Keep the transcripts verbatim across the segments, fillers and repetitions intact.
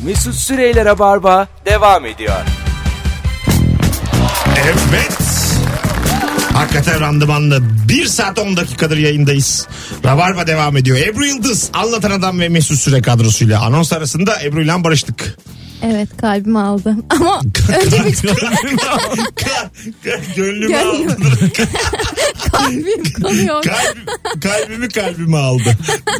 Mesut Süreyler'e barba devam ediyor. Evet. Hakikaten randımanlı. bir saat on dakikadır yayındayız. Rabarba devam ediyor. Ebru Yıldız, Anlatan Adam ve Mesut Süre kadrosuyla. Anons arasında Ebru ile barıştık. Evet, kalbimi aldı. Ama önce bir Gönlümü aldı. kalbim kanıyor. Kalbim, kalbimi kalbimi aldı.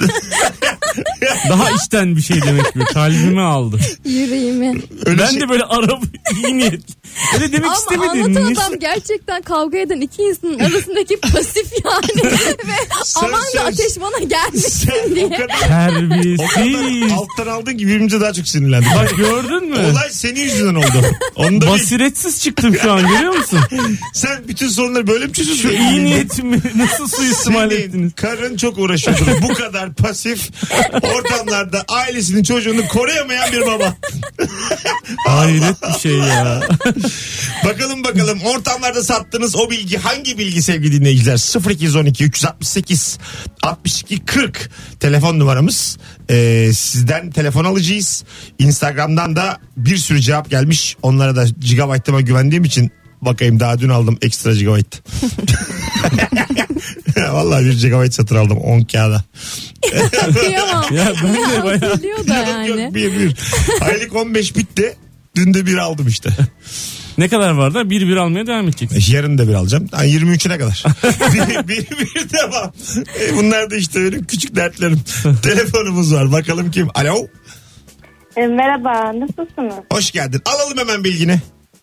Daha içten bir şey demek gibi. Kalbimi aldı. Yüreğimi. Öyle ben şey... de böyle araba iyi niyet. Öyle demek Ama istemedim. Anlatan Adam gerçekten kavga eden iki insanın arasındaki pasif yani. Ve Sen- aman sen- da ateş bana gelmesin Sen diye. o kadar, o Terbiyesiz. kadar alttan aldın ki birbirimize daha çok sinirlendik. Bak gördün mü? Olay senin yüzünden oldu. Onu da bil. Basiretsiz çıktım şu an, görüyor musun? Sen bütün sorunları böyle mi çözüyorsun? Şu iyi niyetimi nasıl suistimal ettiniz? Senin karın çok uğraşıyordur. Bu kadar pasif ortamlarda ailesinin çocuğunu koruyamayan bir baba. Hayret bir şey ya. Bakalım bakalım ortamlarda sattığınız o bilgi hangi bilgi sevgili dinleyiciler? sıfır iki on iki üç altı sekiz altmış iki kırk telefon numaramız. Ee, sizden telefon alacağız. Instagram'dan da bir sürü cevap gelmiş. Onlara da gigabyte'ıma güvendiğim için bakayım, daha dün aldım ekstra gigabyte. Vallahi bir gigabyte satın aldım on kağıda. Kıyamam. Ya ben de bayağı... Biliyor da yani. Yok yok, bir bir. Aylık on beş bitti. Dün de bir aldım işte. Ne kadar var da bir bir almaya devam edeceksin. Yarın da bir alacağım. Yani yirmi üçüne kadar. bir, bir, bir devam. E, bunlar da işte benim küçük dertlerim. Telefonumuz var. Bakalım kim? Alo. E, merhaba, nasılsınız? Hoş geldin. Alalım hemen bilgini.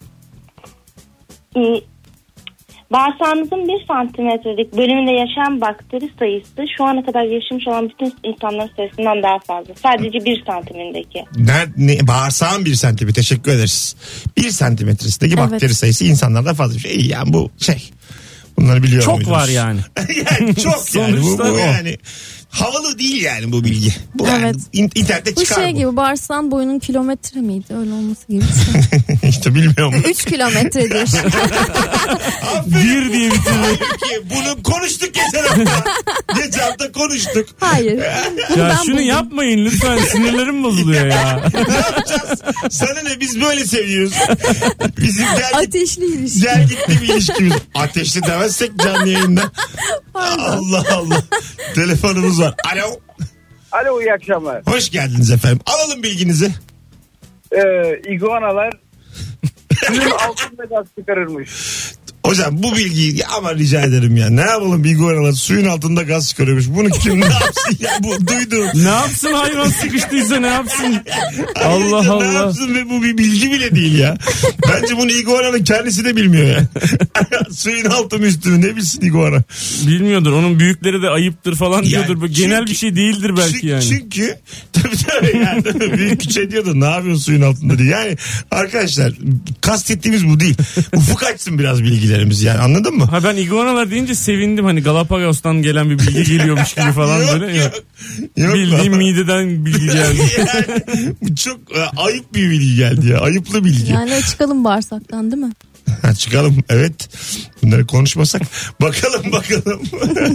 E, bağırsağınızın bir santimetrelik bölümünde yaşayan bakteri sayısı şu ana kadar yaşamış olan bütün insanların sayısından daha fazla. Sadece bir santimindeki. Ne, ne, bağırsağın bir santimetre. Teşekkür ederiz. Bir santimetresindeki Evet. bakteri sayısı insanlarda fazla. Şey, yani bu şey. Bunları biliyorum. Çok muydunuz? var yani. yani çok yani. Bu, Sonuçta bu o. yani. Havalı değil yani bu bilgi. Bu yani Evet. in, internette Bu çıkar şey bu. gibi, bağırsağın boyunun kilometre miydi? Öyle olması gibi. İşte bilmiyorum. üç kilometredir. Bir diye bitirmek. Halbuki bunu konuştuk geçen hafta. Geçen hafta konuştuk. Hayır. Ya Ben şunu buldum. yapmayın lütfen, sinirlerim bozuluyor ya. Ne yapacağız? Sana ne, biz böyle seviyoruz. Bizim gel, git, Ateşli ilişki. gel gitti bir ilişkimiz. Ateşli demezsek canlı yayında. Allah Allah. Telefonumuz var. Alo. Alo, iyi akşamlar. Hoş geldiniz efendim. Alalım bilginizi. Ee, iguanalar suyun altında gaz çıkarırmış. Hocam bu bilgiyi ama rica ederim ya. Ne yapalım, bir iguanalar suyun altında gaz çıkarıyormuş. Bunu kim ne yapsın ya, bu duydum. Ne yapsın hayvan, sıkıştıysa ne yapsın? Ayrıca Allah ne Allah. yapsın ve bu bir bilgi bile değil ya. Bence bunu iguananın kendisi de bilmiyor ya. Suyun altı mı üstü mü, ne bilsin iguana. Bilmiyordur, onun büyükleri de ayıptır falan diyordur. Yani Bu genel çünkü- bir şey değildir belki çünkü, yani. Çünkü tabii tabii yani büyük küçük diyordu, ne yapıyorsun suyun altında diye. Yani arkadaşlar kastettiğimiz bu değil. Ufuk açsın biraz bilgilerimiz yani, anladın mı? Ha, ben iguanalar deyince sevindim, hani Galapagos'tan gelen bir bilgi geliyormuş gibi falan Yok, böyle. yok. Yok Bildiğim lan. mideden bilgi geldi. Yani bu çok e, ayıp bir bilgi geldi ya. Ayıplı bilgi. Yani çıkalım bağırsaktan, değil mi? Ha, çıkalım, evet. Bunları konuşmasak. Bakalım bakalım.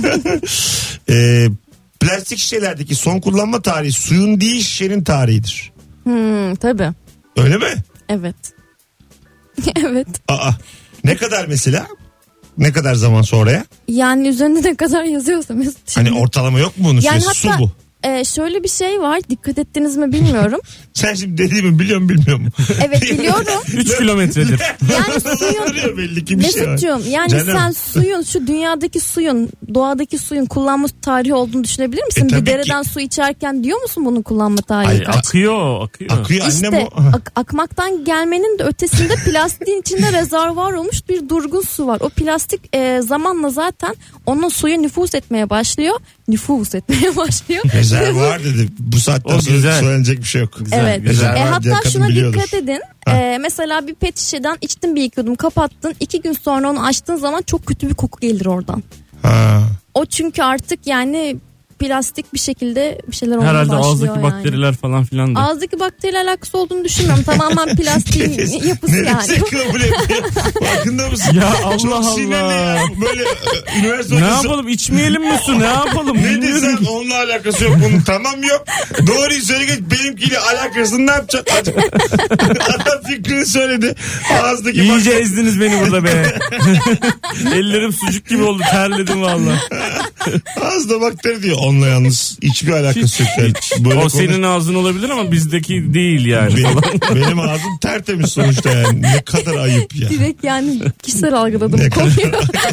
e, plastik şişelerdeki son kullanma tarihi suyun değil şişenin tarihidir. Hmm, tabii. Öyle mi? Evet. Evet. Aa, ne kadar mesela? Ne kadar zaman sonraya? Yani üzerinde ne kadar yazıyorsa Mesut. Hani ortalama yok mu bunun Yani süresi? hatta Su bu. e, şöyle bir şey var. Dikkat ettiniz mi bilmiyorum. Sen şimdi dediğimi biliyor musun bilmiyor musun? Evet, biliyorum. üç kilometredir. Yani suyun Arıyor belli ki bir şey var. Mesut'cuğum, yani Canım. sen suyun, şu dünyadaki suyun, doğadaki suyun kullanma tarihi olduğunu düşünebilir misin? E, tabii bir dereden ki. su içerken diyor musun bunun kullanma tarihi Ay, kaç? Akıyor akıyor. Akıyor İşte annem o. ak- akmaktan gelmenin de ötesinde plastiğin içinde rezervuar olmuş bir durgun su var. O plastik e, zamanla zaten onun suya nüfuz etmeye başlıyor. Nüfuz etmeye başlıyor. Rezervuar dedi. Bu saatten O sonra güzel. söylenecek bir şey yok. Güzel, Evet. güzel. E, Rezervuar diye hatta kadın şuna biliyordur. dikkat edin. E, mesela bir pet şişeden içtin bir iki yudum, kapattın. İki gün sonra onu açtığın zaman çok kötü bir koku gelir oradan. Ha. O çünkü artık yani plastik bir şekilde bir şeyler olmaya Herhalde başlıyor ağızdaki yani. bakteriler falan filan da. Ağızdaki bakteriyle alakası olduğunu düşünmüyorum. Tamamen plastiğin yapısı Neresi yani. kabul ediyor? Farkında mısın? Ya Allah Çok Allah. sinirli ya. Böyle e, üniversite Ne hocası- yapalım, içmeyelim mi su, ne yapalım? Ne Bilmiyorum desem ki. onunla alakası yok bunun. Tamam yok. Doğruyu söyle geç. Benimkiyle alakasını ne yapacaksın? Adam fikrini söyledi. Ağızdaki İyice bak- ezdiniz beni burada be. Ellerim sucuk gibi oldu, terledim valla. ağızda bakteri diyor. Onunla yalnız hiçbir alakası yok. Yani. Böyle O konuş- senin ağzın olabilir ama bizdeki değil yani. benim, benim ağzım tertemiz sonuçta yani. Ne kadar ayıp ya. Direkt yani kişisel algıladım Ne konuyu.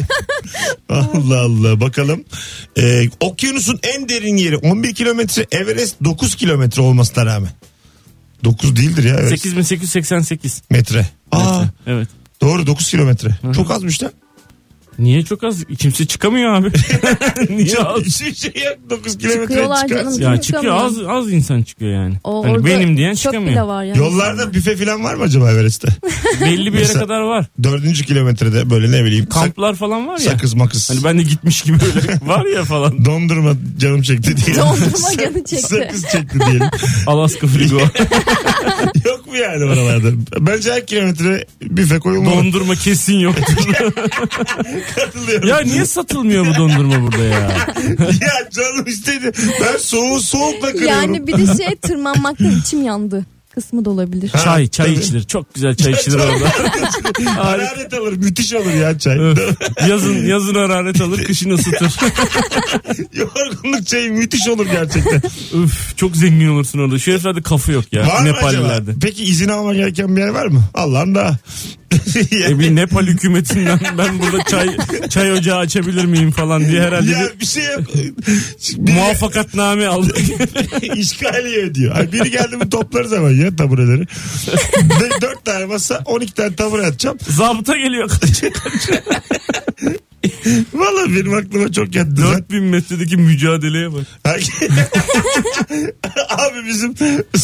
Allah Allah, bakalım. Ee, okyanusun en derin yeri on bir kilometre, Everest dokuz kilometre olmasına rağmen. dokuz değildir ya Everest. sekiz bin sekiz yüz seksen sekiz. Metre. Aa, Evet. doğru, dokuz kilometre. Çok azmış da. Niye çok az? Kimse çıkamıyor abi. Niye az? Hiçbir şey yok. dokuz kilometre Çıkıyorlar çıkarsın. canım. Ya Kim çıkıyor, az çıkamıyor? az insan çıkıyor yani. O Hani orada benim diyen çok çıkamıyor. bile var yani. Yollarda büfe falan var mı acaba Everest'te? Belli bir yere Mesela- kadar var. Dördüncü kilometrede böyle ne bileyim. Kamplar falan var ya. Sakız makız. Hani ben de gitmiş gibi öyle var ya falan. Dondurma canım çekti diyelim. Dondurma canı çekti. Sakız çekti diyelim. Alaska frigo. Yok mu yani oralarda? Bence her kilometre büfe koyulmalı. Dondurma kesin yoktur. Katılıyorum. Ya niye satılmıyor bu dondurma burada ya? Ya canım istedi. Ben soğuğu soğukla kırıyorum. Yani bir de şey, tırmanmaktan içim yandı kısmı da olabilir. Ha, Çay, çay tabii. içilir. Çok güzel çay içilir orada. Hararet alır. Müthiş olur ya çay. Öf. Yazın yazın hararet alır, kışın ısıtır. Yorgunluk çayı müthiş olur gerçekten. Üf, çok zengin olursun orada. Şu heriflerde kafa yok ya. Var mı acaba? Nepallilerde. Peki izin alma gereken bir yer var mı? Allah'ım da. E bir Nepal hükümetinden ben burada çay çay ocağı açabilir miyim falan diye herhalde Ya bir bir şey yok. bir muvaffakatname aldık. İşgaliye ödüyor. Ay biri geldi mi toplarız hemen ya tabureleri. Ve dört tane masa, on iki tane tabure atacağım. Zabıta geliyor. Vallahi benim aklıma çok yattı. dört bin metredeki mücadeleye bak. Abi bizim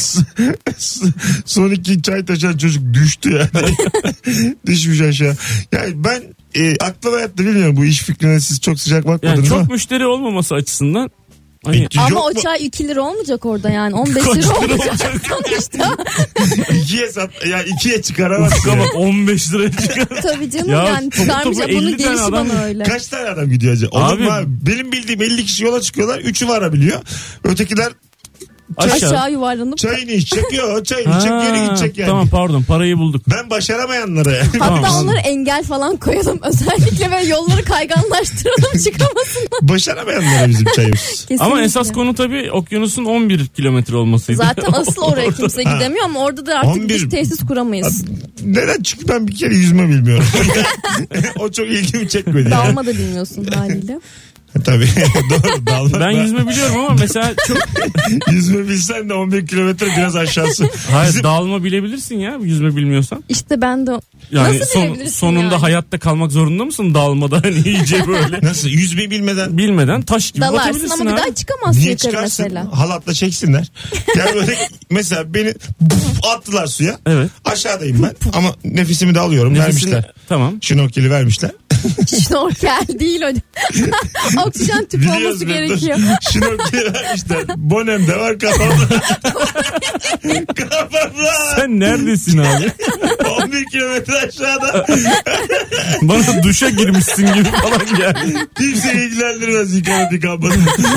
son iki çay taşıyan çocuk düştü yani. Düşmüş aşağı. Yani ben e, aklıma yattı, bilmiyorum bu iş fikrine siz çok sıcak bakmadınız Yani çok ama. müşteri olmaması açısından hani Yok Ama mu? o çay iki lira olmayacak orada yani. on beş Kaç lira lira olacak sonuçta. ikiye sat, ya ikiye çıkaramazsın. ama ya. on beş liraya çıkar. Tabii canım Ya yani topu çıkarmayacak. topu Bunun elli tane gelişi adam- bana öyle. Kaç tane adam gidiyor acaba? Olur Abi- mu abi? Benim bildiğim elli kişi yola çıkıyorlar. Üçü varabiliyor. Ötekiler Aşağı. Aşağı yuvarlanıp. çayını içecek. Yok çayını içecek, Ha, geri gidecek yani. Tamam pardon, parayı bulduk. Ben başaramayanlara yani. Hatta Tamam. onları engel falan koyalım. Özellikle böyle yolları kayganlaştıralım, çıkamasınlar. Başaramayanlara bizim çayımız. Kesinlikle. Ama esas konu tabii okyanusun on bir kilometre olmasıydı. Zaten asıl oraya kimse gidemiyor ama orada da artık on bir biz tesis kuramayız. Neden? Çünkü ben bir kere yüzme bilmiyorum. O çok ilgimi çekmedi. yani. Dalma da bilmiyorsun haliyle. Tabii doğru, dalmak. Ben yüzme biliyorum ama mesela çok Yüzme bilsen de on bir kilometre biraz aşağısı. hayır Bizim- dalma bilebilirsin ya yüzme bilmiyorsan. İşte ben de Yani Nasıl son- bilebilirsin sonunda yani? hayatta kalmak zorunda mısın dalmada hani iyice böyle Nasıl? Yüzmeyi bilmeden bilmeden taş gibi dalarsın batabilirsin ama bir abi. daha çıkamazsın niye yukarı çıkarsın? mesela. Halatla çeksinler. Yani böyle mesela beni buf attılar suya. Evet. Aşağıdayım ben ama nefesimi de alıyorum. Nefesini- Vermişler. Tamam. Şnorkeli vermişler. Şnorkel değil hocam. Oksijen tüpü olması Biliyoruz ben de. gerekiyor. Şnorkeli vermişler. Bonem de var kafamda. Kafamda. Sen neredesin abi? on bir kilometre aşağıda. Bana duşa girmişsin gibi falan geldi. Kimse ilgilendirmez yıkanıp yıkanmadı.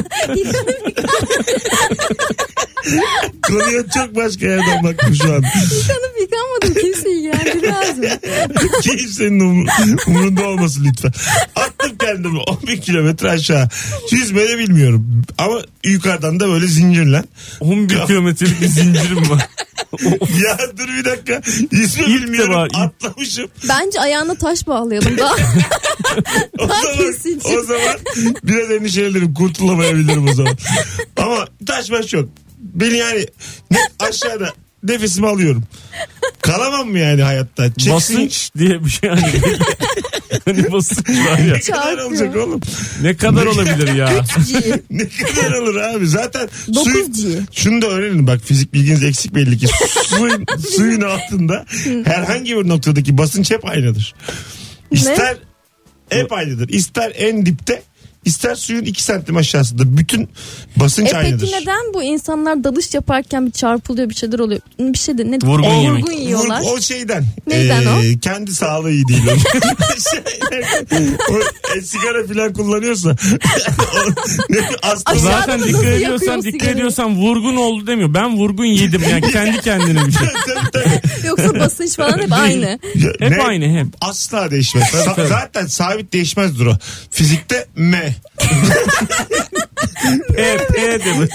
Konuya çok başka yerden baktım şu an. Yıkanıp yıkanmadım, kimse ilgilendirmez mi? Kimsenin um- umurunda olmasın lütfen. Attım kendimi on bir kilometre aşağı. Yüzmeyi de bilmiyorum. Ama yukarıdan da böyle zincirle. on bir kilometrelik bir zincirim var. Ya dur bir dakika. Yüzme İlk bilmiyorum. defa, ilk- Atlamışım. Bence ayağına taş bağlayalım daha. O Daha zaman, kesici. o zaman biraz endişelenirim. Kurtulamayabilirim o zaman. Ama taş baş yok. Beni yani ne, aşağıda nefesimi alıyorum. Kalamam mı yani hayatta? Çeksin. Basınç diye bir şey hani. Hani basınç var ya. Ne kadar Çarpıyor. olacak oğlum? Ne kadar olabilir ya? G. Ne kadar olur abi? Zaten dokuz suyun, G. şunu da öğrenin bak, fizik bilginiz eksik belli ki. Suyun, suyun altında herhangi bir noktadaki basınç hep aynıdır. İster hep aynıdır. İster en dipte, ister suyun iki santim aşağısında. Bütün basınç E aynıdır. peki neden bu insanlar dalış yaparken bir çarpılıyor, bir şeyler oluyor? Bir şey de ne? Vurgun O, yemek. vurgun yiyorlar. Vur- o şeyden. Neyden Ee, kendi sağlığı iyi değil. onun. Şey, o, e, sigara falan kullanıyorsa. o, ne, astım Aşağı- var. Zaten Nasıl dikkat yakıyor ediyorsan dikkat sigarayı? ediyorsan vurgun oldu demiyor. Ben vurgun yedim yani kendi kendine bir şey. Tabii, tabii. Yoksa basınç falan hep aynı. Ya, Hep ne? aynı hep. Asla değişmez. Sa- zaten sabit değişmezdir o. Fizikte M. P P demek.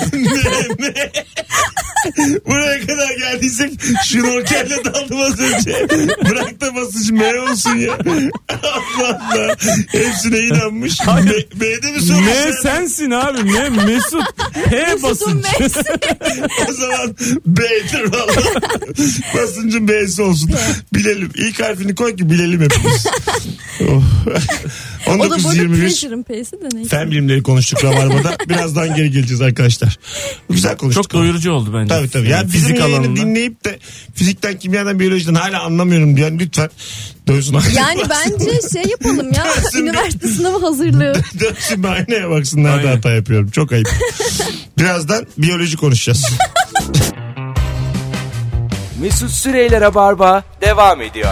Buraya kadar geldiysek şnorkelle daldım az önce. Bırak da basıcı M olsun ya. Allah Allah. Hepsine inanmış. M, M'de mi sormuş? M sensin abi. M Mesut. P Mesut'un basınç. M'si. O zaman B'dir valla. Basıncın B'si olsun. Bilelim. İlk harfini koy ki bilelim hepimiz. Oh. O da on dokuz burada yirmi bir Treasure'ın P'si de neyse. Fen bilimleri konuştuk Rabarba'da. Birazdan geri geleceğiz arkadaşlar. Güzel konuştuk. Çok doyurucu oldu bence. Tabii tabii. Yani bizim fizik yayını alanında. dinleyip de fizikten, kimyadan, biyolojiden hala anlamıyorum diyen lütfen dönsün. Yani bence şey yapalım ya. Dönsün be. Üniversite sınavı hazırlığı. Dönsün be, aynaya baksınlar da Aynen. hata yapıyorum. Çok ayıp. Birazdan biyoloji konuşacağız. Mesut Süreyler'e barba devam ediyor.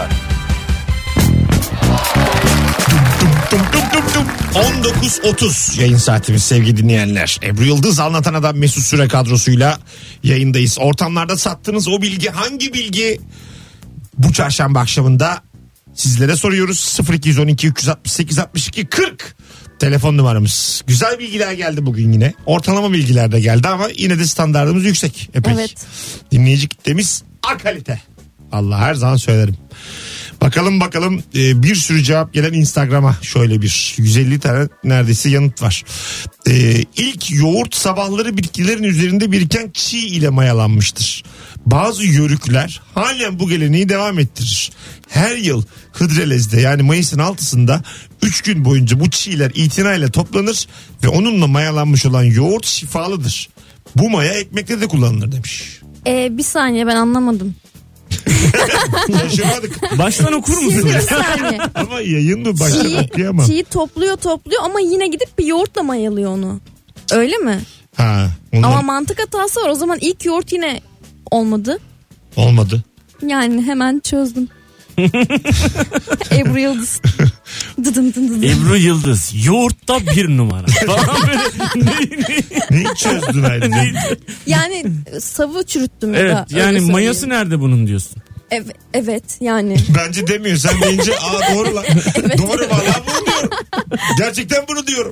Tum tum tum tum. on dokuz otuz yayın saatimiz sevgili dinleyenler. Ebru Yıldız Anlatan Adam Mesut Süre kadrosuyla yayındayız. Ortamlarda sattığınız o bilgi hangi bilgi? Bu çarşamba akşamında sizlere soruyoruz. sıfır iki on iki üç altı sekiz altmış iki kırk telefon numaramız. Güzel bilgiler geldi bugün yine. Ortalama bilgiler de geldi ama yine de standartımız yüksek. Epey. Evet. Dinleyici kitlemiz A kalite. Allah her zaman söylerim. Bakalım bakalım ee, bir sürü cevap gelen Instagram'a şöyle bir yüz elli tane neredeyse yanıt var. Ee, ilk yoğurt sabahları bitkilerin üzerinde biriken çiğ ile mayalanmıştır. Bazı yörükler halen bu geleneği devam ettirir. Her yıl Hıdrellez'de yani Mayıs'ın altısında üç gün boyunca bu çiğler itinayla toplanır ve onunla mayalanmış olan yoğurt şifalıdır. Bu maya ekmekte de kullanılır demiş. Ee, bir saniye ben anlamadım. Şaşırmadık. Baştan okur musun? Bir saniye. Ama yayın mı başta Çiğ, okuyamam. çiğ topluyor topluyor ama yine gidip bir yoğurtla mayalıyor onu. Öyle mi? Ha, ondan Ama mantık hatası var. O zaman ilk yoğurt yine olmadı. olmadı. Yani hemen çözdüm. Ebru Yıldız. Dıdım dım dım. Ebru Yıldız. Yoğurtta bir numara. Falan böyle. Ne, ne? Neyi çözdün ayrıca? Yani savı çürüttüm. Evet da, öyle yani söyleyeyim. mayası nerede bunun diyorsun. Evet, evet yani. Bence demiyor. Sen deyince aa doğru lan. Doğru valla bunu diyorum. Gerçekten bunu diyorum.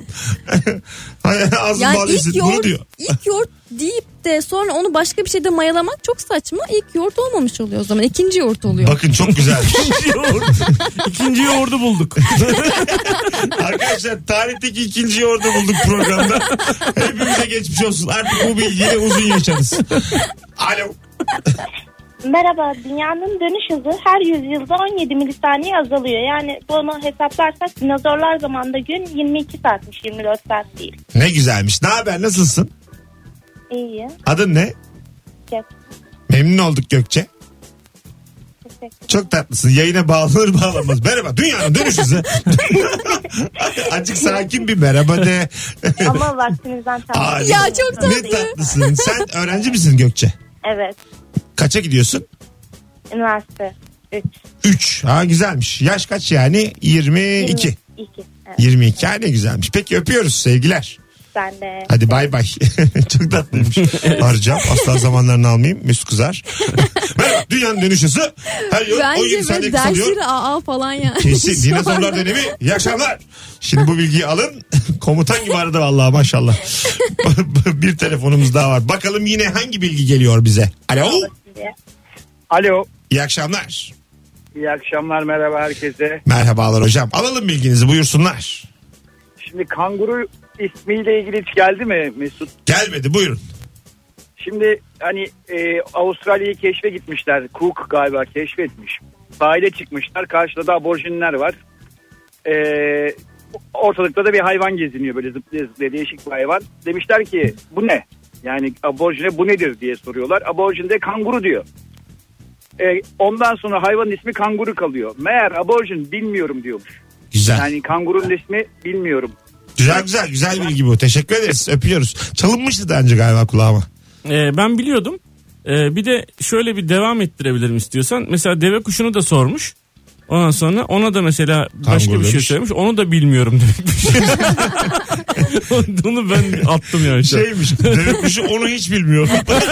Ağzım Yani bağlıysa ilk bunu yoğurt, diyor. ilk yoğurt deyip de sonra onu başka bir şeyde mayalamak çok saçma. İlk yoğurt olmamış oluyor o zaman. İkinci yoğurt oluyor. Bakın çok güzel. İkinci yoğurt. İkinci yoğurdu bulduk. Arkadaşlar tarihteki ikinci yoğurdu bulduk programda. Hepimize geçmiş olsun. Artık bu bilgiyle uzun yaşarız. Alo. Merhaba, dünyanın dönüş hızı her yüzyılda on yedi milisaniye azalıyor. Yani bunu hesaplarsak dinozorlar zamanında gün yirmi iki saatmiş, yirmi dört saat değil. Ne güzelmiş. Ne haber? Nasılsın? İyi. Adın ne? Çok Memnun olduk Gökçe. teşekkür. Çok tatlısın. Yayına bağlanır bağlanmaz. Merhaba. Dünyanın dönüş hızı. Azıcık sakin bir merhaba de. Ama vaktinizden Aa, tam. Ya çok tatlı. Ne tatlısın. Sen öğrenci misin Gökçe? Evet. Kaça gidiyorsun? Üniversite üç. üç. Ha güzelmiş. Yaş kaç yani? yirmi iki. iki. Evet. yirmi iki. Ha ne güzelmiş. Peki öpüyoruz sevgiler. Ben de. Hadi bay bay. Çok tatlıymış. Arayacağım. Asla zamanlarını almayayım. Mesut kızar. Merhaba. Dünyanın dönüş hızı. Her yıl on yedi Bence saniye böyle kısalıyor. dersleri A A falan yani. Kesin. Şu Dinozorlar anda. dönemi. İyi akşamlar. Şimdi bu bilgiyi alın. Komutan gibi aradı vallahi maşallah. Bir telefonumuz daha var. Bakalım yine hangi bilgi geliyor bize? Alo. Alo. İyi akşamlar. İyi akşamlar, merhaba herkese. Merhabalar hocam. Alalım bilginizi, buyursunlar. Şimdi kanguru ismiyle ilgili hiç geldi mi Mesut? Gelmedi, buyurun. Şimdi hani e, Avustralya'yı keşfe gitmişler. Cook galiba keşfetmiş. Sahile çıkmışlar. Karşıda da aborjinler var. E, ortalıkta da bir hayvan geziniyor, böyle zıplaya zıplaya, değişik bir hayvan. Demişler ki bu ne? Yani aborjine bu nedir diye soruyorlar. Aborjin de kanguru diyor. E, ondan sonra hayvanın ismi kanguru kalıyor. Meğer aborjin bilmiyorum diyormuş. Güzel. Yani kangurunun ismi bilmiyorum. Güzel güzel güzel bilgi bu. Teşekkür ederiz. Öpüyoruz. Çalınmıştı daha önce galiba kulağıma. Ee, ben biliyordum. Ee, bir de şöyle bir devam ettirebilirim istiyorsan. Mesela deve kuşunu da sormuş. Ondan sonra ona da mesela başka Kangur bir şey demiş. söylemiş. Onu da bilmiyorum demek bir şey. Onu ben attım yani. Şeymiş. Deve kuşu onu hiç bilmiyor.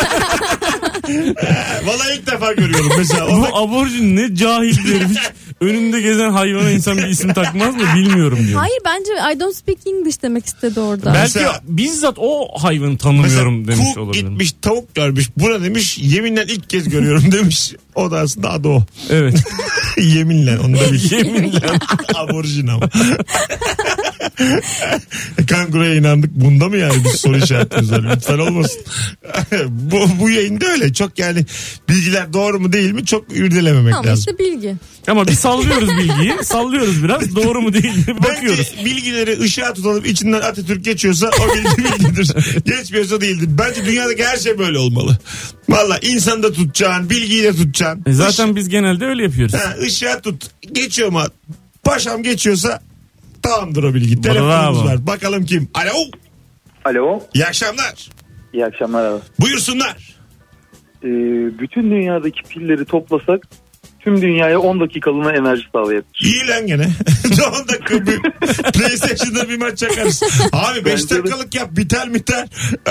Vallahi ilk defa görüyorum mesela. O da- Bu aborjin ne cahil bir herif. Hiç önünde gezen hayvana insan bir isim takmaz mı bilmiyorum diyor. Hayır bence I don't speak English demek istedi orada. Belki Mesela- bizzat o hayvanı tanımıyorum Mesela demiş kuk olabilir. gitmiş tavuk görmüş. Buna demiş yeminle ilk kez görüyorum demiş. O da aslında adı o. Evet. Yeminle onu da bil. Yeminle. Aborjin ama. Kanguruya inandık. Bunda mı yani bir soru işaretimiz var? Lütfen olmasın. bu, bu yayında öyle. Çok yani bilgiler doğru mu değil mi çok irdelememek Ama lazım. işte bilgi. Ama bir sallıyoruz bilgiyi. Sallıyoruz biraz. Doğru mu değil mi bakıyoruz. Bence bilgileri ışığa tutalım içinden Atatürk geçiyorsa o bilgi bilgidir. Geçmiyorsa değildir. Bence dünyadaki her şey böyle olmalı. Valla insanı da tutacaksın, bilgiyi de tutacaksın. E zaten biz genelde öyle yapıyoruz. Ha, ışığa tut. Geçiyor mu? Paşam geçiyorsa tamamdır o bilgi. Bravo. Telefonumuz var. Bakalım kim? Alo. Alo. İyi akşamlar. İyi akşamlar abi. Buyursunlar. Ee, bütün dünyadaki pilleri toplasak tüm dünyaya on dakikalığına enerji sağlayabilir. İyi lan gene. on dakika bir PlayStation'da bir maç çakarız. Abi beş Bence de. dakikalık yap biter biter.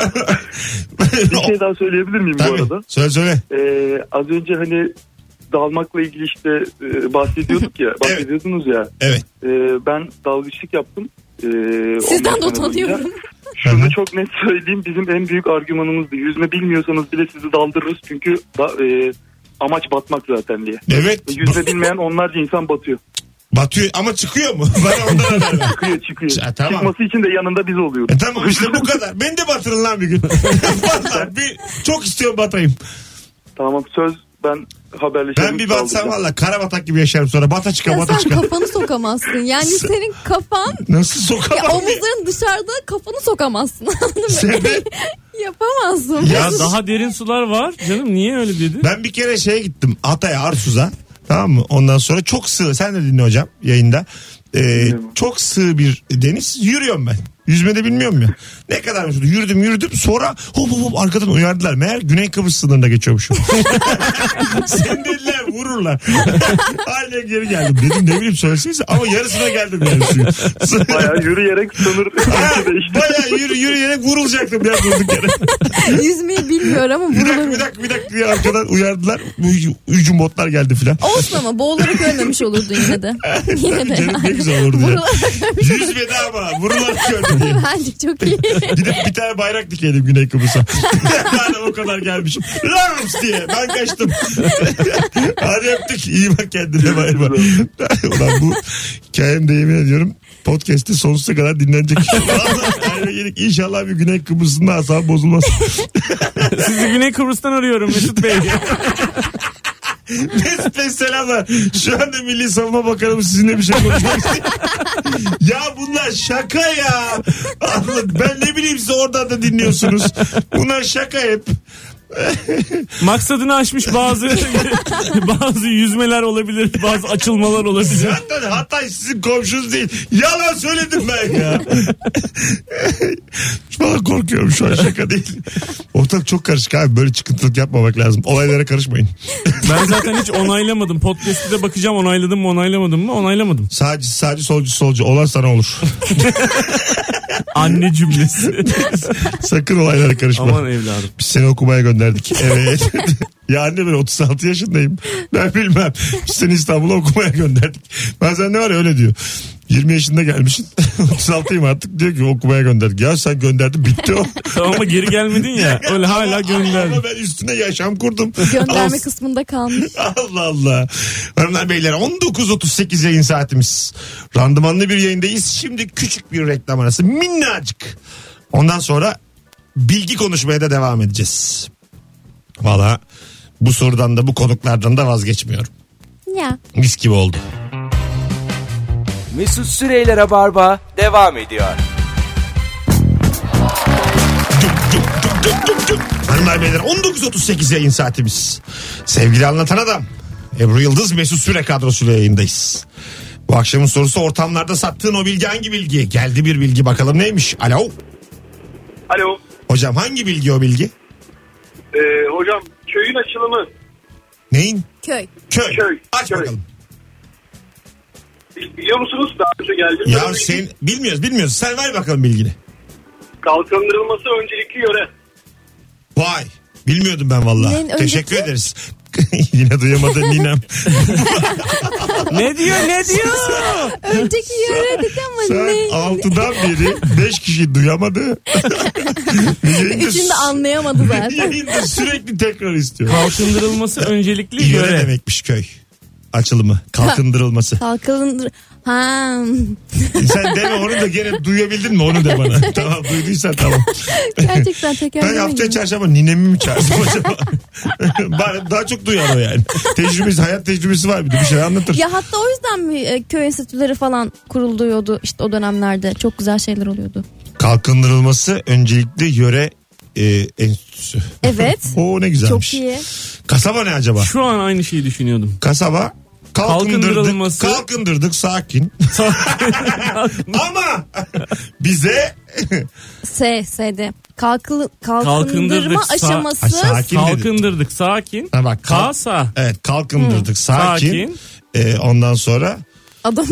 Bir şey daha söyleyebilir miyim bu Tabii. arada? Söyle söyle. Ee, az önce hani dalmakla ilgili işte e, bahsediyorduk ya, bahsediyordunuz ya. Evet. E, ben dalgıçlık yaptım. E, Sizden ondan de sonra utanıyorum. boyunca Şunu çok net söyleyeyim, bizim en büyük argümanımızdı. Yüzme bilmiyorsanız bile sizi daldırırız çünkü da, e, amaç batmak zaten diye. Evet. Ve yüzme bilmeyen onlarca insan batıyor. Batıyor ama çıkıyor mu? Bana ondan haber ver. Çıkıyor çıkıyor. Ya, tamam. Çıkması için de yanında biz oluyoruz. E tamam işte bu kadar. Beni de batırın lan bir gün. Vallahi bir, çok istiyorum batayım. Tamam söz, ben haberleşelim. Ben bir batsam valla karabatak gibi yaşarım sonra. Bata çıka Ya bata sen çıka. kafanı sokamazsın. Yani senin kafan Nasıl ya sokamam? omuzların dışarıda, kafanı sokamazsın. Anladın mı? Sebep? Yapamazsın. Ya Ya daha derin sular var canım, niye öyle dedi? Ben bir kere şeye gittim. Hatay'a, Arsuz'a. Tamam mı? Ondan sonra çok sığ. Sen de dinle hocam yayında. Ee, çok sığ bir deniz. Yürüyorum ben. Yüzme de bilmiyorum ya. Ne kadar mesela yürüdüm yürüdüm sonra hop hop hop arkadan uyardılar. Meğer Güney Kıbrıs sınırında geçiyormuşum. Sen dediler vururlar. Aynen geri geldim. Dedim ne bileyim söylesenize ama yarısına geldim yani suyun. Bayağı yürüyerek sınır Ha, değişti. bayağı yürü, yürüyerek vurulacaktım ya durduk yere. Yüzmeyi bilmiyor ama Bir dakika bir vurulur. dakika bir dakika diye arkadan uyardılar. Hücum botlar geldi filan. Olsun ama boğularak ölmemiş olurdun yine de. Yine de. Canım ne güzel olurdu ya. Vurularak ölmüş olurdun. Yüzmedi ama vurularak gördü diye. Bence çok iyi. Gidip bir tane bayrak dikelim Güney Kıbrıs'a. Ben o kadar gelmişim. Rams diye ben kaçtım. Hadi öptük. İyi bak kendine bay bay. Ulan bu hikayemde yemin ediyorum podcast'te sonsuza kadar dinlenecek. Vallahi yedik. İnşallah bir Güney Kıbrıs'ın da asabı bozulmaz. Sizi Güney Kıbrıs'tan arıyorum Mesut Bey. Mesut Bey selamlar. Şu anda Milli Savunma Bakanımız sizinle bir şey konuşmak istiyor. Ya bunlar şaka ya. Allah, ben ne bileyim siz oradan da dinliyorsunuz. Bunlar şaka hep. Maksadını aşmış bazı bazı yüzmeler olabilir, bazı açılmalar olabilir. Zaten Hatay sizin komşunuz değil. Yalan söyledim ben ya. Valla korkuyorum şu an şaka değil. Ortalık çok karışık abi. Böyle çıkıntılık yapmamak lazım. Olaylara karışmayın. Ben zaten hiç onaylamadım. Podcast'te de bakacağım onayladım mı onaylamadım mı onaylamadım. Sadece sadece solcu solcu olan sana olur. Anne cümlesi. Sakın olaylara karışma. Aman evladım. Biz seni okumaya gönderdik. Evet. Ya anne ben otuz altı yaşındayım. Ben bilmem. Biz seni İstanbul'a okumaya gönderdik. Bazen ne var ya öyle diyor. yirmi yaşında gelmişsin. otuz altıyım artık diyor ki okumaya gönderdik. Ya sen gönderdin bitti o. Tamam ama geri gelmedin ya. Öyle hala gönderdin. Ama ben üstüne yaşam kurdum. Gönderme Ama- kısmında kalmış. Allah Allah. Hanımlar beyler on dokuz otuz sekiz yayın saatimiz. Randımanlı bir yayındayız. Şimdi küçük bir reklam arası. Minnacık. Ondan sonra bilgi konuşmaya da devam edeceğiz. Valla bu sorudan da bu konuklardan da vazgeçmiyorum. Ya. Mis gibi oldu. Mesut Süreyler'e barba devam ediyor. Hanımlar beyler on dokuz otuz sekiz yayın saatimiz. Sevgili anlatan adam Ebru Yıldız Mesut Süre kadrosuyla yayındayız. Bu akşamın sorusu ortamlarda sattığın o bilgi hangi bilgi? Geldi bir bilgi bakalım neymiş? Alo. Alo. Hocam hangi bilgi o bilgi? Ee, hocam köyün açılımı. Neyin? Köy. Köy. Köy. Aç Köy. bakalım. Biliyor musunuz? Daha önce geldim. Ya Böyle sen bilmiyoruz bilmiyoruz. Sen ver bakalım bilgini. kalkındırılması öncelikli yöre. Vay. Bilmiyordum ben vallahi. Neyin Teşekkür önceki? ederiz. Yine duyamadı ninem. Ne diyor ne diyor? Önceki yöre dedi ama Sen ne? altıdan beri beş kişi duyamadı. Yayında, Üçünü de anlayamadı zaten. yayında sürekli tekrar istiyor. Kalkındırılması öncelikli Yöre yöre. demekmiş köy. Açılımı. Kalkındırılması. Kalkındır. Ha. Sen deme onu da gene duyabildin mi onu de bana. Tamam duyduysan tamam. Gerçekten Ben tekerleme haftaya gibi. çarşamba ninemi mi çağırsam acaba? Bari daha çok duyar o yani. Tecrübesi, hayat tecrübesi var bir de bir şey anlatır. Ya hatta o yüzden mi e, köy enstitüleri falan kuruluyordu işte o dönemlerde. Çok güzel şeyler oluyordu. Kalkındırılması öncelikli yöre e, enstitüsü. Evet. O ne güzelmiş. Çok iyi. Kasaba ne acaba? Şu an aynı şeyi düşünüyordum. Kasaba kalkındırdık, Kalkındırılması. kalkındırdık sakin. Ama bize S, S'de. Kalkı, kalkındırma Kalkındırdık, sa- aşaması. Ay, sakin dedi. Kalkındırdık sakin. Ha bak, kalk- Kasa. Evet kalkındırdık sakin. Sakin. E, ondan sonra Adam.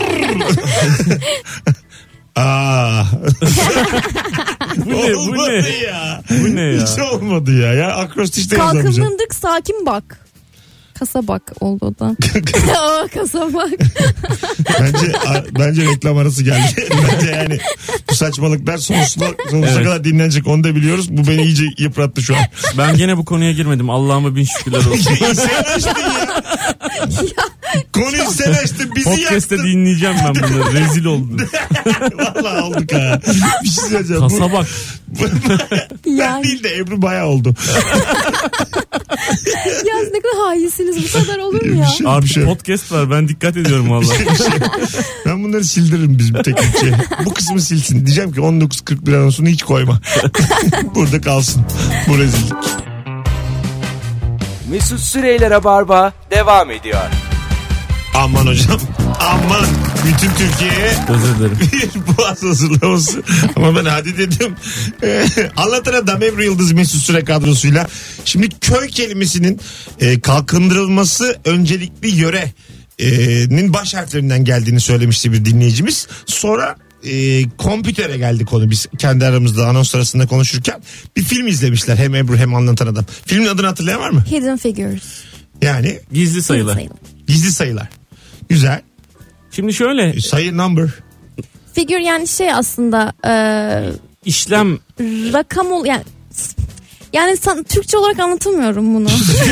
aa. Bu ne bu Olmadı ne? ya. Bu ne ya? Hiç olmadı ya. Ya akrostişte yazamayacağım. Kalkındırdık sakin bak. Kasa bak oldu o da. Aa, kasa bak. Bence bence reklam arası geldi. Bence yani bu saçmalıklar sonsuza, sonsuza Evet. kadar dinlenecek onu da biliyoruz. Bu beni iyice yıprattı şu an. Ben gene bu konuya girmedim. Allah'ıma bin şükürler olsun. Sen açtın ya. Konuyu sen açtın bizi Podcast'te yaktın. dinleyeceğim ben bunları. Rezil oldum. Vallahi olduk ha. Bir şey söyleyeceğim. Bu, Kasa bak. ben Yani. değil de Ebru bayağı oldu. Ya siz ne kadar hainsiniz bu kadar olur mu ya? Bir şey- Abi bir şey- podcast var. Ben dikkat ediyorum valla. Ben bunları sildiririm bizim teknikçiye. Bu kısmı silsin. Diyeceğim ki on dokuz kırk bir anonsunu hiç koyma. Burada kalsın. Bu rezillik. Mesut Süreyler'e barba devam ediyor. Aman hocam. Aman. Bütün Türkiye'ye Özür dilerim. bir boğaz hazırlaması. Ama ben hadi dedim. Ee, Anlatan Adam Ebru Yıldız Mesut Süre kadrosuyla. Şimdi köy kelimesinin e, kalkındırılması öncelikli yörenin baş harflerinden geldiğini söylemişti bir dinleyicimiz. Sonra e, kompütere geldi konu. Biz kendi aramızda anons sırasında konuşurken bir film izlemişler. Hem Ebru hem Anlatan Adam. Filmin adını hatırlayan var mı? Hidden Figures. Yani Gizli sayılar. Sayılı. gizli sayılar. Güzel. Şimdi şöyle Sayı number. Figür yani şey aslında e, işlem rakam ol yani yani san, Türkçe olarak anlatamıyorum bunu.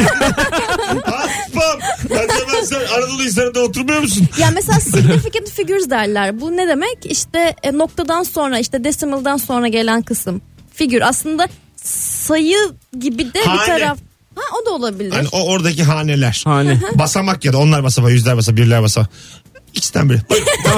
Aspam. Acaba sen Anadolu İnsanı'nda oturmuyor musun? Ya mesela significant figures derler. Bu ne demek? İşte e, noktadan sonra işte decimal'dan sonra gelen kısım. Figür aslında sayı gibi de Hane. bir taraf. Ha o da olabilir. Hani o oradaki haneler. hani Basamak ya da onlar basamağı, yüzler basamağı, birler basamağı. İkisinden biri.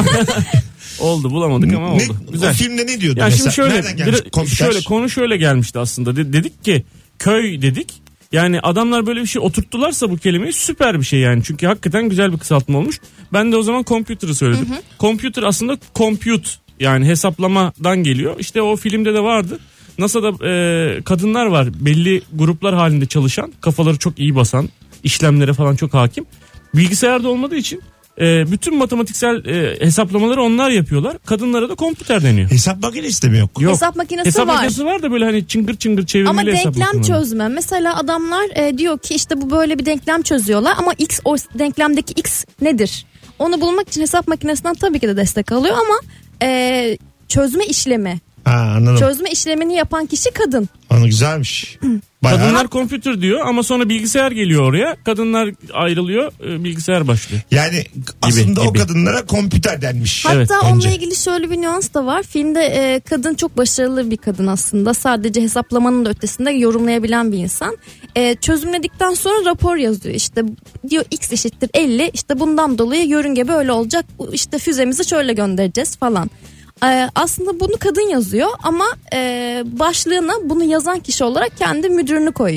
oldu bulamadık ama Ne, oldu. Güzel. O filmde ne diyordu Yani mesela? şimdi şöyle Nereden gelmiş? bir- Kompüter. şöyle konu şöyle gelmişti aslında. De- dedik ki köy dedik. Yani adamlar böyle bir şey oturttularsa bu kelimeyi süper bir şey yani. Çünkü hakikaten güzel bir kısaltma olmuş. Ben de o zaman computer'ı söyledim. Computer aslında compute yani hesaplamadan geliyor. İşte o filmde de vardı. NASA'da e, kadınlar var belli gruplar halinde çalışan, kafaları çok iyi basan, işlemlere falan çok hakim. Bilgisayarda olmadığı için e, bütün matematiksel e, hesaplamaları onlar yapıyorlar. Kadınlara da kompüter deniyor. Hesap makinesi de mi yok? Yok. Hesap makinesi Hesap var. makinesi var da böyle hani çıngır çıngır çevirmeli Ama hesap denklem makineleri. çözme. Mesela adamlar e, diyor ki işte bu böyle bir denklem çözüyorlar ama x o denklemdeki x nedir? Onu bulmak için hesap makinesinden tabii ki de destek alıyor ama e, çözme işlemi, Ha anladım. çözme işlemini yapan kişi kadın. Anladım güzelmiş. Bayağı. Kadınlar kompütür diyor ama sonra bilgisayar geliyor oraya. Kadınlar ayrılıyor, e, bilgisayar başlıyor. Yani aslında o gibi. kadınlara kompüter denmiş. Hatta Evet, onunla önce. ilgili şöyle bir nüans da var. Filmde e, kadın çok başarılı bir kadın aslında. Sadece hesaplamanın da ötesinde yorumlayabilen bir insan. E, çözümledikten sonra rapor yazıyor. İşte diyor x eşittir elli. İşte bundan dolayı yörünge böyle olacak. İşte füzemizi şöyle göndereceğiz falan. Ee, aslında bunu kadın yazıyor ama e, başlığına bunu yazan kişi olarak kendi müdürünü koyuyor.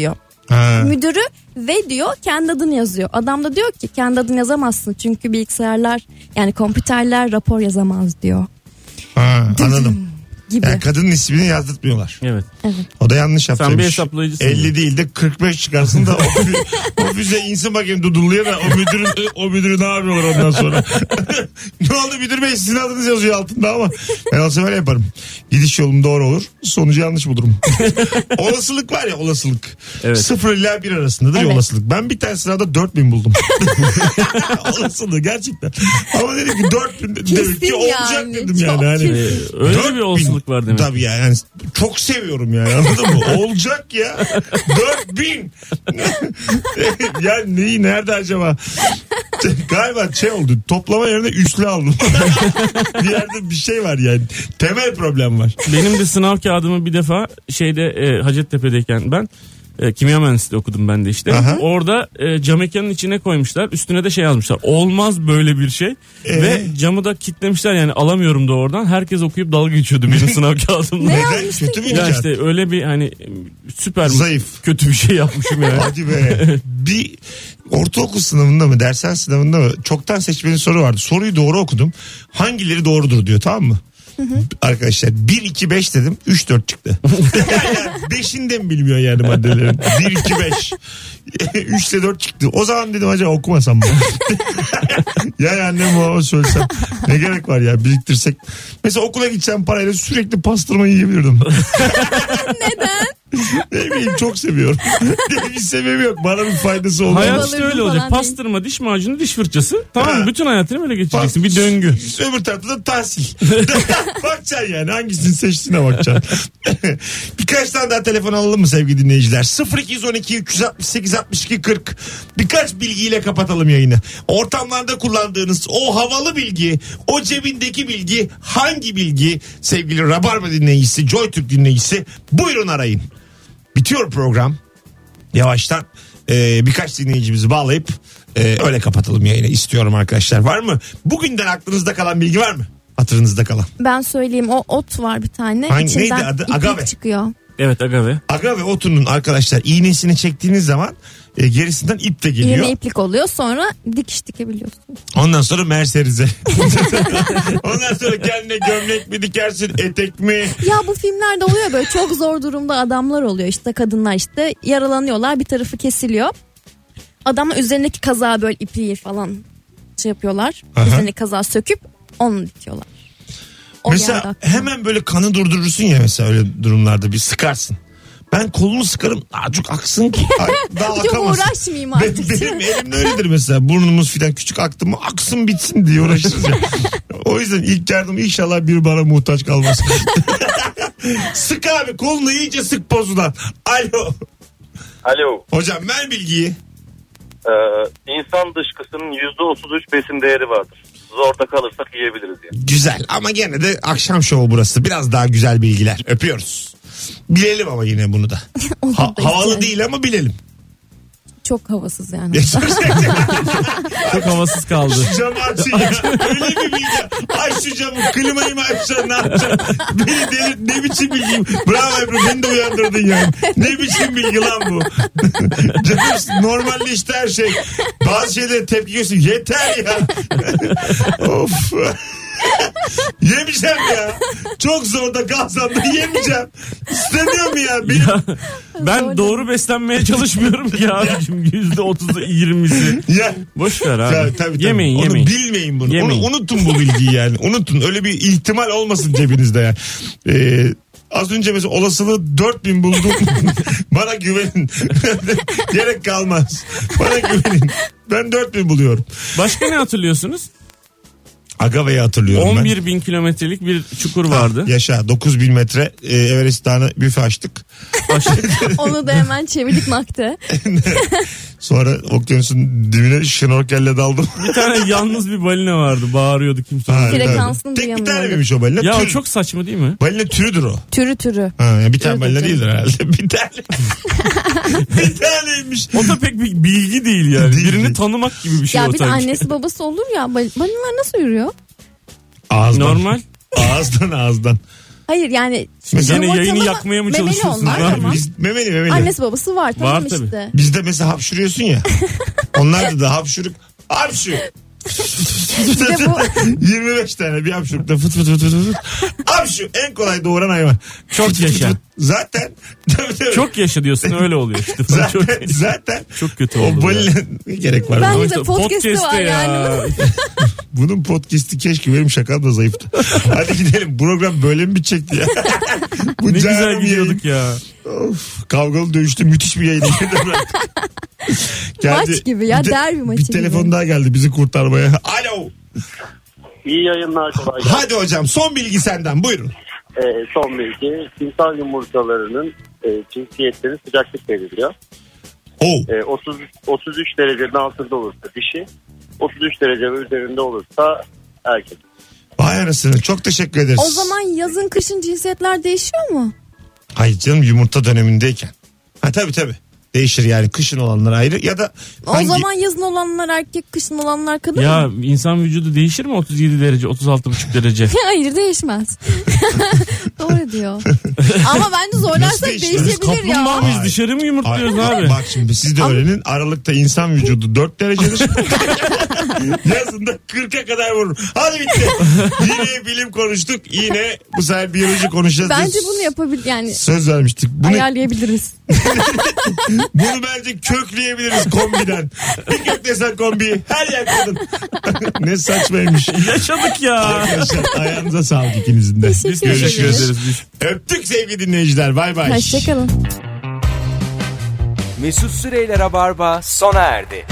Ha. Müdürü ve diyor kendi adını yazıyor. Adam da diyor ki kendi adını yazamazsın çünkü bilgisayarlar yani kompüterler rapor yazamaz diyor. Ha, anladım. Gibi. Yani kadının ismini yazdırtmıyorlar. Evet. Evet. O da yanlış yapmış. Sen bir hesaplayıcısın. elli değil de kırk beş çıkarsın da o, fü- o füze insin bakayım Dudullu'ya da o müdürün o müdürü ne yapıyorlar ondan sonra. Ne oldu müdür bey sizin adınız yazıyor altında ama ben o sefer yaparım. Gidiş yolum doğru olur sonucu yanlış bulurum. Olasılık var ya olasılık. Evet. Sıfır ile bir arasındadır Evet. ya olasılık. Ben bir tane sırada dört bin buldum. Olasılığı gerçekten. Ama dedim ki dört bin de- demek ki Kesin olacak yani, dedim çok yani. Hani, kesin. Ee, öyle dört bir olasılık bin. var demek. Tabii yani. Yani çok seviyorum yani anladın mı? Olacak ya. dört bin. Yani neyi nerede acaba? Galiba şey oldu. Toplama yerine üslü aldım. Bir yerde bir şey var yani. Temel problem var. Benim de sınav kağıdımı bir defa şeyde e, Hacettepe'deyken ben e, kimya mühendisliği okudum ben de işte. Aha. Orada e, cam mekanın içine koymuşlar. Üstüne de şey yazmışlar. Olmaz böyle bir şey. Ee? Ve camı da kilitlemişler yani alamıyorum da oradan. Herkes okuyup dalga geçiyordu benim sınav kağıdımla. Ne Neden? yazmıştın Kötü mü ki? Ya kağıt? işte öyle bir hani süper Zayıf. kötü bir şey yapmışım yani. Hadi be. Bir ortaokul sınavında mı dersen sınavında mı çoktan seçmeli soru vardı. Soruyu doğru okudum. Hangileri doğrudur diyor tamam mı? Arkadaşlar bir iki beş dedim üç dört çıktı. Yani beşini de mi bilmiyor yani maddelerin? bir iki beş üç ile dört çıktı. O zaman dedim acaba okumasam mı? Yani annem babama söylesem ne gerek var ya biriktirsek. Mesela okula gideceğim parayla sürekli pastırma yiyebilirdim. Neden? Ne bileyim çok seviyorum. Bir sebebi yok. Bana bir faydası olmaz. Hayat Balığı işte öyle falan olacak. değil. Pastırma, diş macunu, diş fırçası. Tamam mı? Ha. Bütün hayatını böyle geçeceksin. Bir döngü. Öbür tarafta da tahsil. Bakacaksın yani hangisini seçtiğine bakacaksın. Birkaç tane daha telefon alalım mı sevgili dinleyiciler? sıfır iki on iki üç altı sekiz altmış iki kırk birkaç bilgiyle kapatalım yayını. Ortamlarda kullandığınız o havalı bilgi, o cebindeki bilgi hangi bilgi sevgili Rabarba dinleyicisi, JoyTürk dinleyicisi buyurun arayın. Bitiyor program. Yavaştan e, birkaç dinleyicimizi bağlayıp e, öyle kapatalım yayını istiyorum arkadaşlar. Var mı? Bugünden aklınızda kalan bilgi var mı? Hatırınızda kalan. Ben söyleyeyim o ot var bir tane. Hangi- İçinden neydi adı? iplik Agave. çıkıyor. Evet agave. Agave otunun arkadaşlar iğnesini çektiğiniz zaman e, gerisinden ip de geliyor. Yeni iplik oluyor sonra dikiş dikebiliyorsun. Ondan sonra Mercedes'e. Ondan sonra kendine gömlek mi dikersin, etek mi? Ya bu filmlerde oluyor böyle çok zor durumda adamlar oluyor işte kadınlar işte yaralanıyorlar bir tarafı kesiliyor. Adamlar üzerindeki kazağı böyle ipliği falan şey yapıyorlar. Aha. Üzerindeki kazağı söküp onu dikiyorlar. O geldi Mesela aklıma. hemen böyle kanı durdurursun ya mesela öyle durumlarda bir sıkarsın. Ben kolumu sıkarım daha çok aksın ki ay, daha Bir de akamasın. uğraşmayayım Ben, artık. benim elim öyledir mesela burnumuz filan küçük aktı mı aksın bitsin diye uğraşırız ya. O yüzden ilk yardım inşallah bir bana muhtaç kalmaz. Sık abi kolunu iyice sık pozudan. Alo. Alo. Hocam ver bilgiyi. Ee, insan dışkısının yüzde otuz üç besin değeri vardır. Zorda kalırsak yiyebiliriz yani. Güzel ama gene de akşam şovu burası. Biraz daha güzel bilgiler. Öpüyoruz. Bilelim ama yine bunu da. Olur Ha- da havalı yani. değil ama bilelim. Çok havasız yani. Çok havasız kaldı. Şu camı açın ya. Öyle bir bilgi. Aç şu camı. Klimayı mı açacaksın? Ne yapacaksın? Beni delir. Ne biçim bilgiyim? Bravo Ebru. Beni de uyandırdın yani. Ne biçim bilgi lan bu? Canım normalleşti her şey. Bazı şeylere tepki gösteriyor. Yeter ya. Of. Yemeyeceğim ya. Çok zorda kalsam da yemeyeceğim. İstemiyorum ya. Benim... Ya, ben Zor doğru beslenmeye çalışmıyorum ki abicim. Yüzde otuzu yirmisi. Ya, Boş ver abi. ya, tabii, tabii. Yemeyin Onu yemeyin. bilmeyin bunu. Yemeyin. Onu, unutun bu bilgiyi yani. Unutun. Öyle bir ihtimal olmasın cebinizde ya. Ee, az önce mesela olasılığı dört bin buldum. Bana güvenin. Gerek kalmaz. Bana güvenin. Ben dört bin buluyorum. Başka ne hatırlıyorsunuz? Agave'yi hatırlıyorum ben. on bir bin kilometrelik bir çukur vardı. Yaşa dokuz bin metre e, Everest Dağı'na büfe açtık. Onu da hemen çevirdik nakde. Sonra okyanusun dibine şnorkelle daldım. Bir tane yalnız bir balina vardı. Bağırıyordu kimse. Ha, onu- Frekansını Tek bir tane duyamıyorduk. miymiş o balina? Ya o Tür. çok saçma değil mi? Balina türüdür o. Türü türü. Ha, yani bir tane Evet, balina evet. değildir herhalde. Bir tane. Bir taneymiş. O da pek bir bilgi değil yani. Değil, Birini değil. tanımak gibi bir şey Ya o bir de sanki. annesi babası olur ya. bal- Balinalar nasıl yürüyor? Ağızdan. Normal. Ağızdan ağızdan. Hayır yani. Mesela yine yayını yumurtalama- yakmaya mı memeli çalışıyorsunuz? onlar, Abi? tamam. Biz memeli memeli. Annesi babası var tamam Var tabii. işte. Bizde mesela hapşuruyorsun ya. Onlar da hapşuruk. Hapşu. Bir de bu yirmi beş tane bir hapşurukta fıt fıt fıt fıt fıt. Hapşu en kolay doğuran hayvan. Çok Fıt fıt yaşa. fıt. Zaten. Tabii, tabii. Çok yaşa diyorsun öyle oluyor işte. Zaten, çok, zaten çok kötü o oldu. balina ne gerek var? Bence buna? de İşte podcast'ı var yani. Bunun podcast'i keşke benim şakam da zayıftı. Hadi gidelim. Program böyle mi bitecekti ya? Bu Ne güzel canım gidiyorduk ya. yayın. Of, kavgalı dövüştü müthiş bir yayın. Maç gibi ya, bir de- derbi maçı Bir telefon gibi. daha geldi bizi kurtarmaya. Alo. İyi yayınlar, kolay gelsin. Hadi hocam son bilgi senden buyurun. Ee, son bilgi. Timsah yumurtalarının e, cinsiyetleri sıcaklık belirliyor. Oh. E, otuz, otuz üç derecenin altında olursa dişi, otuz üç derece ve üzerinde olursa erkek. Vay anasını çok teşekkür ederiz. O zaman yazın kışın cinsiyetler değişiyor mu? Hayır canım yumurta dönemindeyken. Ha tabii tabii. Değişir yani kışın olanlar ayrı ya da O hangi... zaman yazın olanlar erkek, kışın olanlar kadın Ya mı? insan vücudu değişir mi otuz yedi derece otuz altı buçuk derece? Hayır değişmez. Doğru diyor. Ama bence Nasıl zorlarsak değişmez? değişebilir Kaplumbağa ya. mıyız Ay. dışarı mı yumurtluyoruz Ay, abi? Bak şimdi siz de öğrenin. Aralıkta insan vücudu dört derecedir. Yazında kırka kadar vurur. Hadi bitti. Yine bilim konuştuk. Yine bu sefer biyoloji konuşacağız. Bence bunu yapabilir yani Söz vermiştik. Bunu, ayarlayabiliriz. bunu bence kökleyebiliriz kombiden. Bir köklesen kombiyi her yer kadın. Ne saçmaymış. Yaşadık ya. Arkadaşlar ayağınıza sağlık ikinizin de. Teşekkür Biz teşekkür ederiz. ederiz biz. Öptük sevgili dinleyiciler. Bay bay. Hoşçakalın. Mesut Süreyler'e barba sona erdi.